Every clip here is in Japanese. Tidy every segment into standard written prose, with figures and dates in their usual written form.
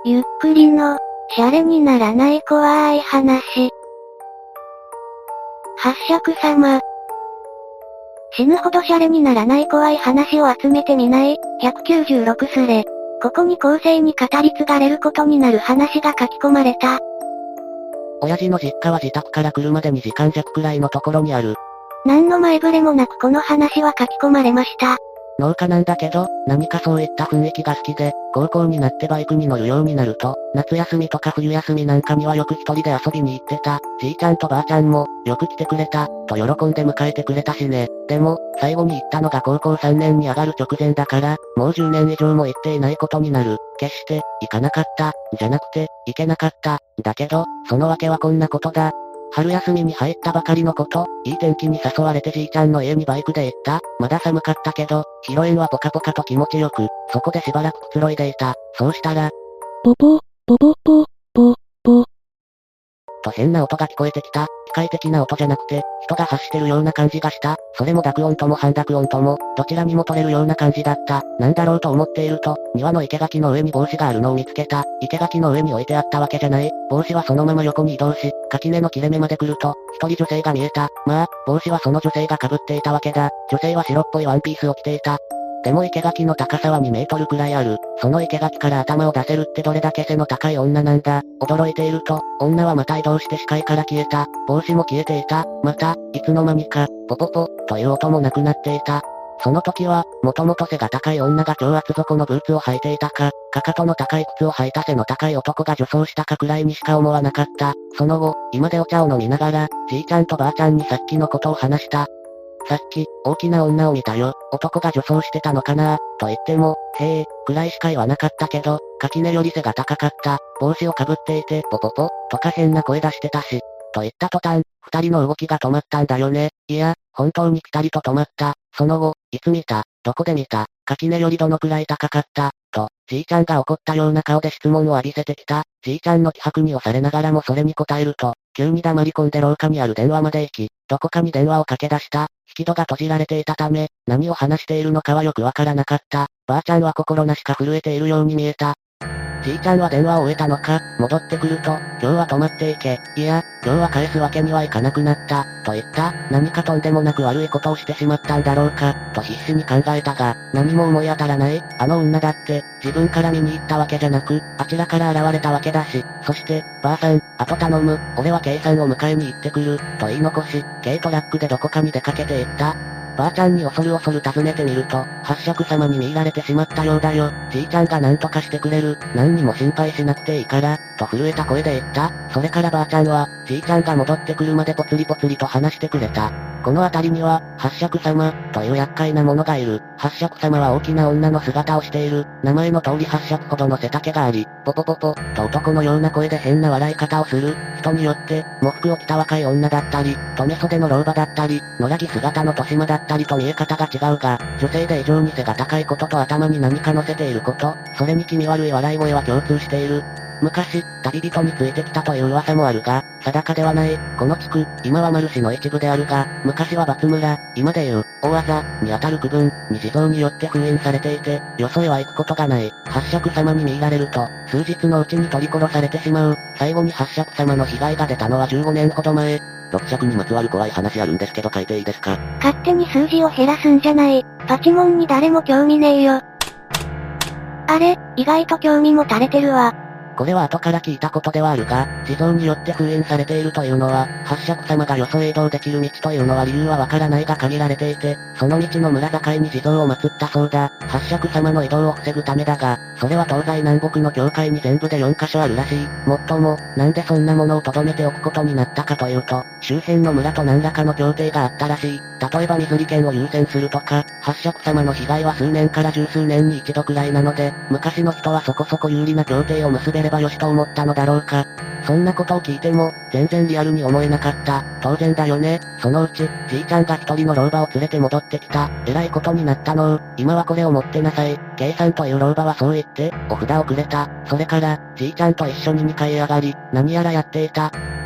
ゆっくりの、シャレにならない怖い話。八尺様。死ぬほどシャレにならない怖い話を集めてみない、196スレ。ここに後世に語り継がれることになる話が書き込まれた。 親父の実家は自宅から車で2時間弱くらいのところにある。 何の前触れもなくこの話は書き込まれました。 農家なんだけど、何かそういった雰囲気が好きで、高校になってバイクに乗るようになると、夏休みとか冬休みなんかにはよく一人で遊びに行ってた。じいちゃんとばあちゃんも、よく来てくれた、と喜んで迎えてくれたしね。でも、最後に行ったのが高校3年に上がる直前だから、もう10年以上も行っていないことになる。決して、行かなかった、じゃなくて、行けなかった。だけど、その訳はこんなことだ。春休みに入ったばかりのこと、いい天気に誘われてじいちゃんの家にバイクで行った。まだ寒かったけど、披露宴はポカポカと気持ちよく、そこでしばらくくつろいでいた。そうしたら、 ボボ、ボボボ、ボ、ボ。 と変な音が聞こえてきた。機械的な音じゃなくて、人が発してるような感じがした。それも濁音とも半濁音とも、どちらにも取れるような感じだった。なんだろうと思っていると、庭の生垣の上に帽子があるのを見つけた。生垣の上に置いてあったわけじゃない。帽子はそのまま横に移動し、垣根の切れ目まで来ると、一人女性が見えた。まあ、帽子はその女性が被っていたわけだ。女性は白っぽいワンピースを着ていた。でも生垣の高さは2メートルくらいある。その生垣から頭を出せるってどれだけ背の高い女なんだ。驚いていると、女はまた移動して視界から消えた。帽子も消えていた。また、いつの間にか、ポポポ、という音もなくなっていた。その時は、もともと背が高い女が超厚底のブーツを履いていたか、かかとの高い靴を履いた背の高い男が女装したかくらいにしか思わなかった。その後、今でお茶を飲みながら、じいちゃんとばあちゃんにさっきのことを話した。さっき、大きな女を見たよ。男が女装してたのかなと言っても、へえ、くらいしか言わなかったけど、垣根より背が高かった。帽子をかぶっていて、ポポポ、とか変な声出してたし。と言った途端、二人の動きが止まったんだよね。いや、本当にピタリと止まった。その後、いつ見た、どこで見た、垣根よりどのくらい高かった、と、じいちゃんが怒ったような顔で質問を浴びせてきた。じいちゃんの気迫に押されながらもそれに答えると、急に黙り込んで廊下にある電話まで行き、どこかに電話をかけ出した。引き戸が閉じられていたため、何を話しているのかはよくわからなかった。ばあちゃんは心なしか震えているように見えた。じいちゃんは電話を終えたのか、戻ってくると、今日は泊まっていけ。いや、今日は返すわけにはいかなくなった、と言った。何かとんでもなく悪いことをしてしまったんだろうか、と必死に考えたが、何も思い当たらない。あの女だって、自分から見に行ったわけじゃなく、あちらから現れたわけだし、そして、ばあさん、あと頼む、俺は K さんを迎えに行ってくる、と言い残し、軽トラックでどこかに出かけていった。ばあちゃんに恐る恐る尋ねてみると、八尺様に見入られてしまったようだよ。じいちゃんが何とかしてくれる。何にも心配しなくていいから、と震えた声で言った。それからばあちゃんは、じいちゃんが戻ってくるまでぽつりぽつりと話してくれた。この辺りには、八尺様、という厄介なものがいる。八尺様は大きな女の姿をしている。名前の通り八尺ほどの背丈があり、ポポポポ、と男のような声で変な笑い方をする。人によって、喪服を着た若い女だったり、留め袖の老婆だったり、野良着姿の年間だったりと見え方が違うが、女性で異常に背が高いことと頭に何か乗せていること、それに気味悪い笑い声は共通している。昔、旅人についてきたという噂もあるが、定かではない。この地区、今は丸市の一部であるが、昔は松村、今でいう、大技、にあたる区分、に地蔵によって封印されていて、よそへは行くことがない。八尺様に見入られると、数日のうちに取り殺されてしまう。最後に八尺様の被害が出たのは15年ほど前。6尺にまつわる怖い話あるんですけど書いていいですか？ 勝手に数字を減らすんじゃない。パチモンに誰も興味ねえよ。あれ、意外と興味も垂れてるわ。 これは後から聞いたことではあるが、地蔵によって封印されているというのは、八尺様がよそへ移動できる道というのは理由はわからないが限られていて、その道の村境に地蔵を祀ったそうだ。八尺様の移動を防ぐためだが、それは東西南北の境界に全部で4カ所あるらしい。もっとも、なんでそんなものを留めておくことになったかというと、周辺の村と何らかの協定があったらしい。例えば水利権を優先するとか、八尺様の被害は数年から十数年に一度くらいなので、昔の人はそこそこ有利な協定を結べればよしと思ったのだろうか。そんなことを聞いても、全然リアルに思えなかった。当然だよね。そのうち、じいちゃんが一人の老婆を連れて戻ってきた。えらいことになったの。今はこれを持ってなさい。K さんという老婆はそう言って、お札をくれた。それから、じいちゃんと一緒に2階へ上がり、何やらやっていた。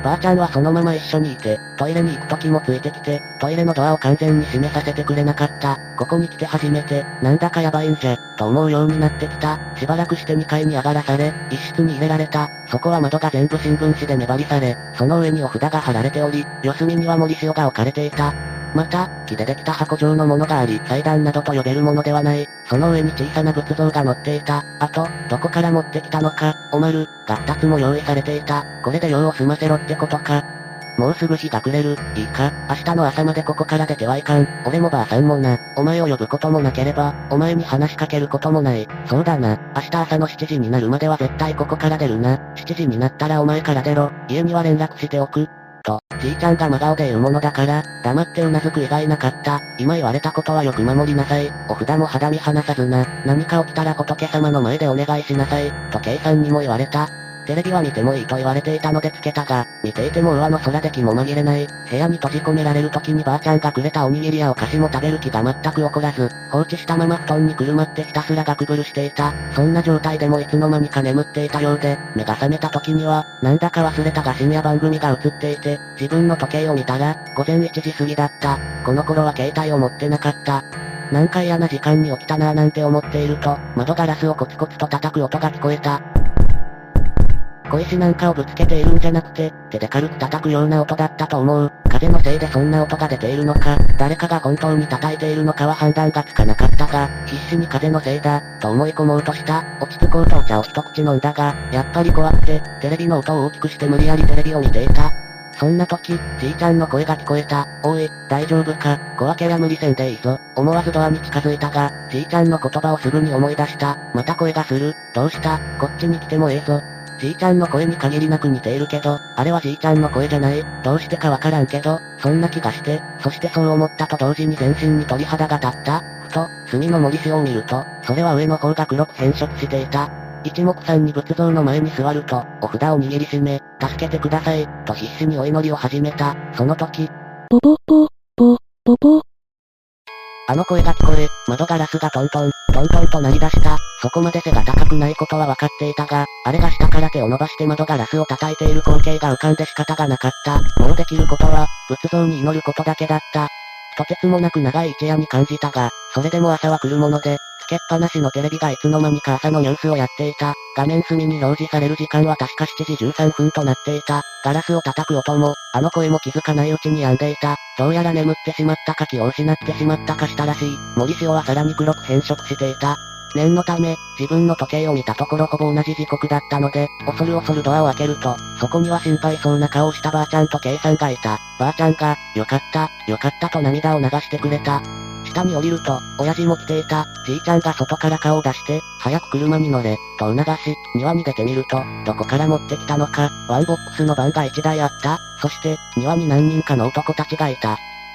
ばあちゃんはそのまま一緒にいて、トイレに行く時もついてきて、トイレのドアを完全に閉めさせてくれなかった。ここに来て初めて、なんだかやばいんじゃ、と思うようになってきた。しばらくして2階に上がらされ、一室に入れられた。そこは窓が全部新聞紙で目張りされ、その上にお札が貼られており、四隅には森塩が置かれていた。また、木でできた箱状のものがあり、祭壇などと呼べるものではない。その上に小さな仏像が乗っていた。あと、どこから持ってきたのか、おまる、が2つも用意されていた。これで用を済ませろってことか。もうすぐ日が暮れる。いいか、明日の朝までここから出てはいかん。俺もばあさんもな。お前を呼ぶこともなければ、お前に話しかけることもない。そうだな。明日朝の7時になるまでは絶対ここから出るな。7時になったらお前から出ろ。家には連絡しておく。と、じいちゃんが真顔で言うものだから、黙ってうなずく以外なかった。今言われたことはよく守りなさい。お札も肌身離さずな。何か起きたら仏様の前でお願いしなさい。と K さんにも言われた。テレビは見てもいいと言われていたのでつけたが、見ていても上の空で気も紛れない。部屋に閉じ込められる時にばあちゃんがくれたおにぎりやお菓子も食べる気が全く起こらず、放置したまま布団にくるまってひたすらガクブルしていた。そんな状態でもいつの間にか眠っていたようで、目が覚めた時には、なんだか忘れたが深夜番組が映っていて、自分の時計を見たら、午前1時過ぎだった。この頃は携帯を持ってなかった。なんか嫌な時間に起きたなぁなんて思っていると、窓ガラスをコツコツと叩く音が聞こえた。小石なんかをぶつけているんじゃなくて、手で軽く叩くような音だったと思う。風のせいでそんな音が出ているのか、誰かが本当に叩いているのかは判断がつかなかったが、必死に風のせいだ、と思い込もうとした。落ち着こうとお茶を一口飲んだが、やっぱり怖くて、テレビの音を大きくして無理やりテレビを見ていた。そんな時、じいちゃんの声が聞こえた。おい、大丈夫か、小分けは無理せんでいいぞ。思わずドアに近づいたが、じいちゃんの言葉をすぐに思い出した。また声がする。どうした、こっちに来てもええぞ。じいちゃんの声に限りなく似ているけど、あれはじいちゃんの声じゃない。どうしてかわからんけど、そんな気がして、そしてそう思ったと同時に全身に鳥肌が立った。ふと、隅の森塩を見ると、それは上の方が黒く変色していた。一目散に仏像の前に座ると、お札を握りしめ、助けてください、と必死にお祈りを始めた。その時、 ポポポ、ポ、ポポ。 あの声が聞こえ、窓ガラスがトントン、トントンと鳴り出した。そこまで背が高くないことは分かっていたが、あれが下から手を伸ばして窓ガラスを叩いている光景が浮かんで仕方がなかった。もうできることは、仏像に祈ることだけだった。とてつもなく長い一夜に感じたが、それでも朝は来るもので、つけっぱなしのテレビがいつの間にか朝のニュースをやっていた。画面隅に表示される時間は確か7時13分となっていた。ガラスを叩く音も、あの声も気づかないうちに止んでいた。どうやら眠ってしまったか気を失ってしまったかしたらしい。森塩はさらに黒く変色していた。念のため、自分の時計を見たところほぼ同じ時刻だったので、恐る恐るドアを開けると、そこには心配そうな顔をしたばあちゃんと K さんがいた。ばあちゃんが、よかった、よかったと涙を流してくれた。下に降りると、親父も来ていた。じいちゃんが外から顔を出して、早く車に乗れ、と促し、庭に出てみると、どこから持ってきたのか、ワンボックスのバンが1台あった。そして、庭に何人かの男たちがいた。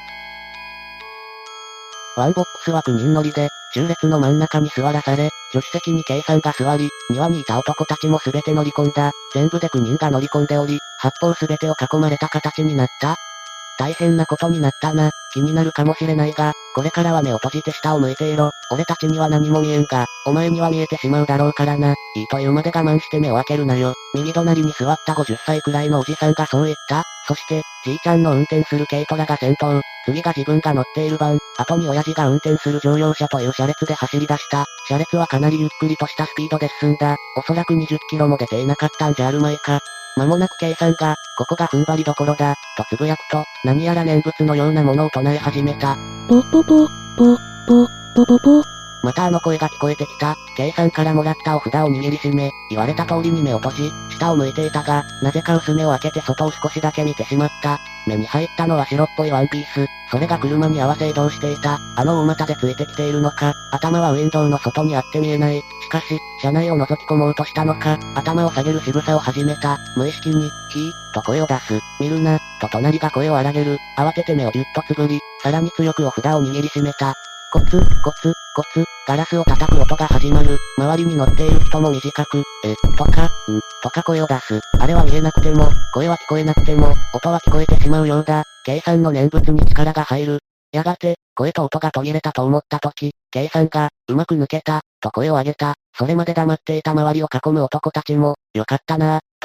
ワンボックスは9人乗りで、中列の真ん中に座らされ、助手席に K さんが座り、庭にいた男たちも全て乗り込んだ。全部で9人が乗り込んでおり、八方全てを囲まれた形になった。大変なことになったな。気になるかもしれないが、これからは目を閉じて下を向いていろ。俺たちには何も見えんが、お前には見えてしまうだろうからな。いいというまで我慢して目を開けるなよ。右隣に座った50歳くらいのおじさんがそう言った。そして、じいちゃんの運転する軽トラが先頭。次が自分が乗っている番。後に親父が運転する乗用車という車列で走り出した。車列はかなりゆっくりとしたスピードで進んだ。おそらく20キロも出ていなかったんじゃあるまいか。間もなく K さんが、ここが踏ん張りどころだ、とつぶやくと、何やら念仏のようなものを唱え始めた。 ポポポ、ポ、ポ、ポポポ。 またあの声が聞こえてきた。K さんからもらったお札を握りしめ、言われた通りに目を閉じ、下を向いていたが、なぜか薄目を開けて外を少しだけ見てしまった。目に入ったのは白っぽいワンピース。それが車に合わせ移動していた。あの大股でついてきているのか、頭はウィンドウの外にあって見えない。しかし、車内を覗き込もうとしたのか、頭を下げる仕草を始めた。無意識に、と声を出す。見るな、と隣が声を荒げる。慌てて目をぎゅっとつぶり、さらに強くお札を握りしめた。コツ、コツ、コツ、ガラスを叩く音が始まる。周りに乗っている人も短く、とか、とか声を出す。あれは見えなくても、声は聞こえなくても、音は聞こえてしまうようだ。K さんの念仏に力が入る。やがて、声と音が途切れたと思った時、K さんが、うまく抜けた、と声を上げた。それまで黙っていた周りを囲む男たちも、よかったなぁ、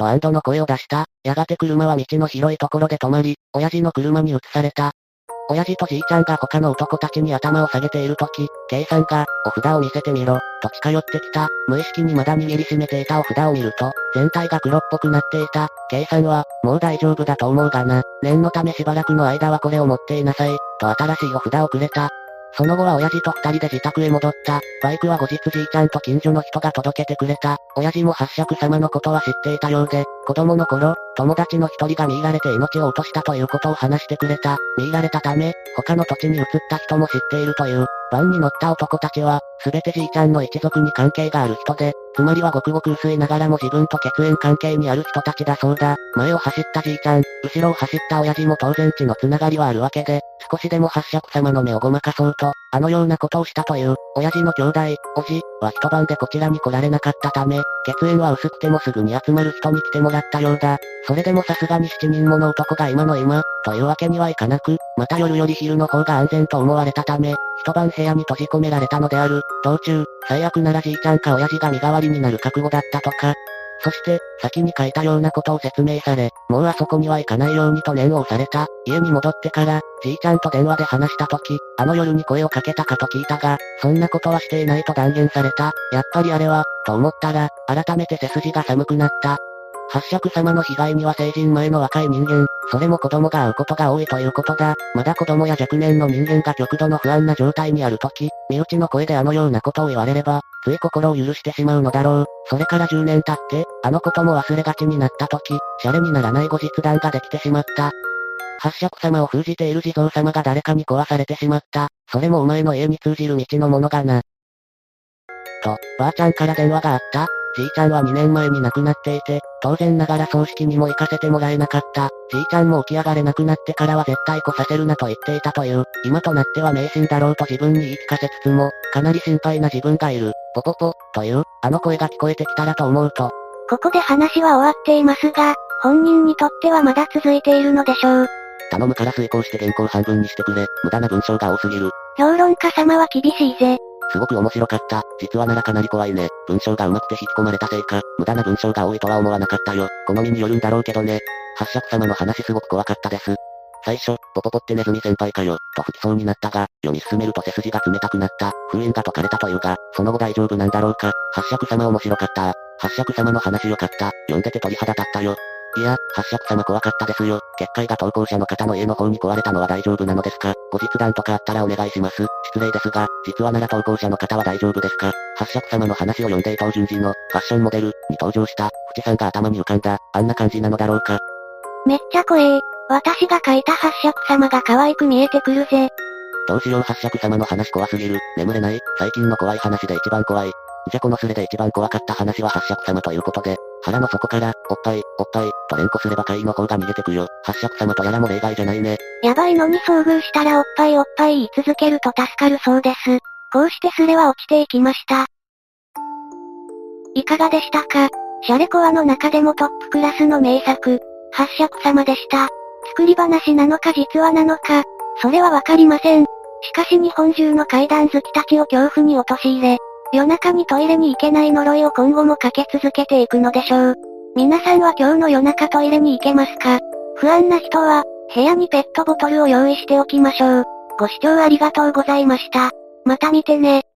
と安堵の声を出した。やがて車は道の広いところで止まり、親父の車に移された。親父とじいちゃんが他の男たちに頭を下げているとき、K さんが、お札を見せてみろ、と近寄ってきた。無意識にまだ握りしめていたお札を見ると、全体が黒っぽくなっていた。K さんは、もう大丈夫だと思うがな。念のためしばらくの間はこれを持っていなさい、と新しいお札をくれた。その後は親父と二人で自宅へ戻った。バイクは後日じいちゃんと近所の人が届けてくれた。親父も八尺様のことは知っていたようで、子供の頃、友達の一人が見入られて命を落としたということを話してくれた。見入られたため、他の土地に移った人も知っているという。バンに乗った男たちは、すべてじいちゃんの一族に関係がある人で、つまりはごくごく薄いながらも自分と血縁関係にある人たちだそうだ。前を走ったじいちゃん、後ろを走った親父も当然血のつながりはあるわけで、少しでも八尺様の目をごまかそうと、あのようなことをしたという。親父の兄弟、おじ、は一晩でこちらに来られなかったため、血縁は薄くてもすぐに集まる人に来てもらったようだ。それでもさすがに7人もの男が今の今、というわけにはいかなく、また夜より昼の方が安全と思われたため、一晩部屋に閉じ込められたのである。道中、最悪ならじいちゃんか親父が身代わりになる覚悟だったとか。そして、先に書いたようなことを説明され、もうあそこには行かないようにと念を押された。家に戻ってから、じいちゃんと電話で話した時、あの夜に声をかけたかと聞いたが、そんなことはしていないと断言された。やっぱりあれは、と思ったら、改めて背筋が寒くなった。八尺様の被害には成人前の若い人間、それも子供が会うことが多いということだ。まだ子供や若年の人間が極度の不安な状態にあるとき、身内の声であのようなことを言われれば、つい心を許してしまうのだろう。それから10年経って、あのことも忘れがちになったとき、シャレにならない後日談ができてしまった。八尺様を封じている地蔵様が誰かに壊されてしまった。それもお前の家に通じる道のものがな。と、ばあちゃんから電話があった。じいちゃんは2年前に亡くなっていて、当然ながら葬式にも行かせてもらえなかった。じいちゃんも起き上がれなくなってからは絶対来させるなと言っていたという。今となっては迷信だろうと自分に言い聞かせつつも、かなり心配な自分がいる。ポポポ、という、あの声が聞こえてきたらと思うと。 ここで話は終わっていますが、本人にとってはまだ続いているのでしょう。 頼むから遂行して原稿半分にしてくれ。無駄な文章が多すぎる。 評論家様は厳しいぜ。 すごく面白かった。実話ならかなり怖いね。文章が上手くて引き込まれたせいか、無駄な文章が多いとは思わなかったよ。好みによるんだろうけどね。八尺様の話すごく怖かったです。最初、ポポポってネズミ先輩かよ、と吹きそうになったが、読み進めると背筋が冷たくなった。封印が解かれたというが、その後大丈夫なんだろうか。八尺様面白かった。八尺様の話よかった。読んでて鳥肌立ったよ。いや、八尺様怖かったですよ。結界が投稿者の方の家の方に壊れたのは大丈夫なのですか？後日談とかあったらお願いします。失礼ですが、実はなら投稿者の方は大丈夫ですか？八尺様の話を読んで伊藤淳二の、ファッションモデル、に登場した、淵さんが頭に浮かんだ、あんな感じなのだろうか。 めっちゃ怖え。私が書いた八尺様が可愛く見えてくるぜ。 どうしよう八尺様の話怖すぎる。眠れない？最近の怖い話で一番怖い。じゃこのスレで一番怖かった話は八尺様ということで、腹の底から、おっぱい、と連呼すれば怪異の方が逃げてくよ。八尺様とやらも例外じゃないね。 やばいのに遭遇したらおっぱい言い続けると助かるそうです。こうしてスレは落ちていきました。いかがでしたか？シャレコアの中でもトップクラスの名作、八尺様でした。作り話なのか実話なのか、それはわかりません。しかし日本中の怪談好きたちを恐怖に陥れ、夜中にトイレに行けない呪いを今後もかけ続けていくのでしょう。皆さんは今日の夜中トイレに行けますか？不安な人は、部屋にペットボトルを用意しておきましょう。ご視聴ありがとうございました。また見てね。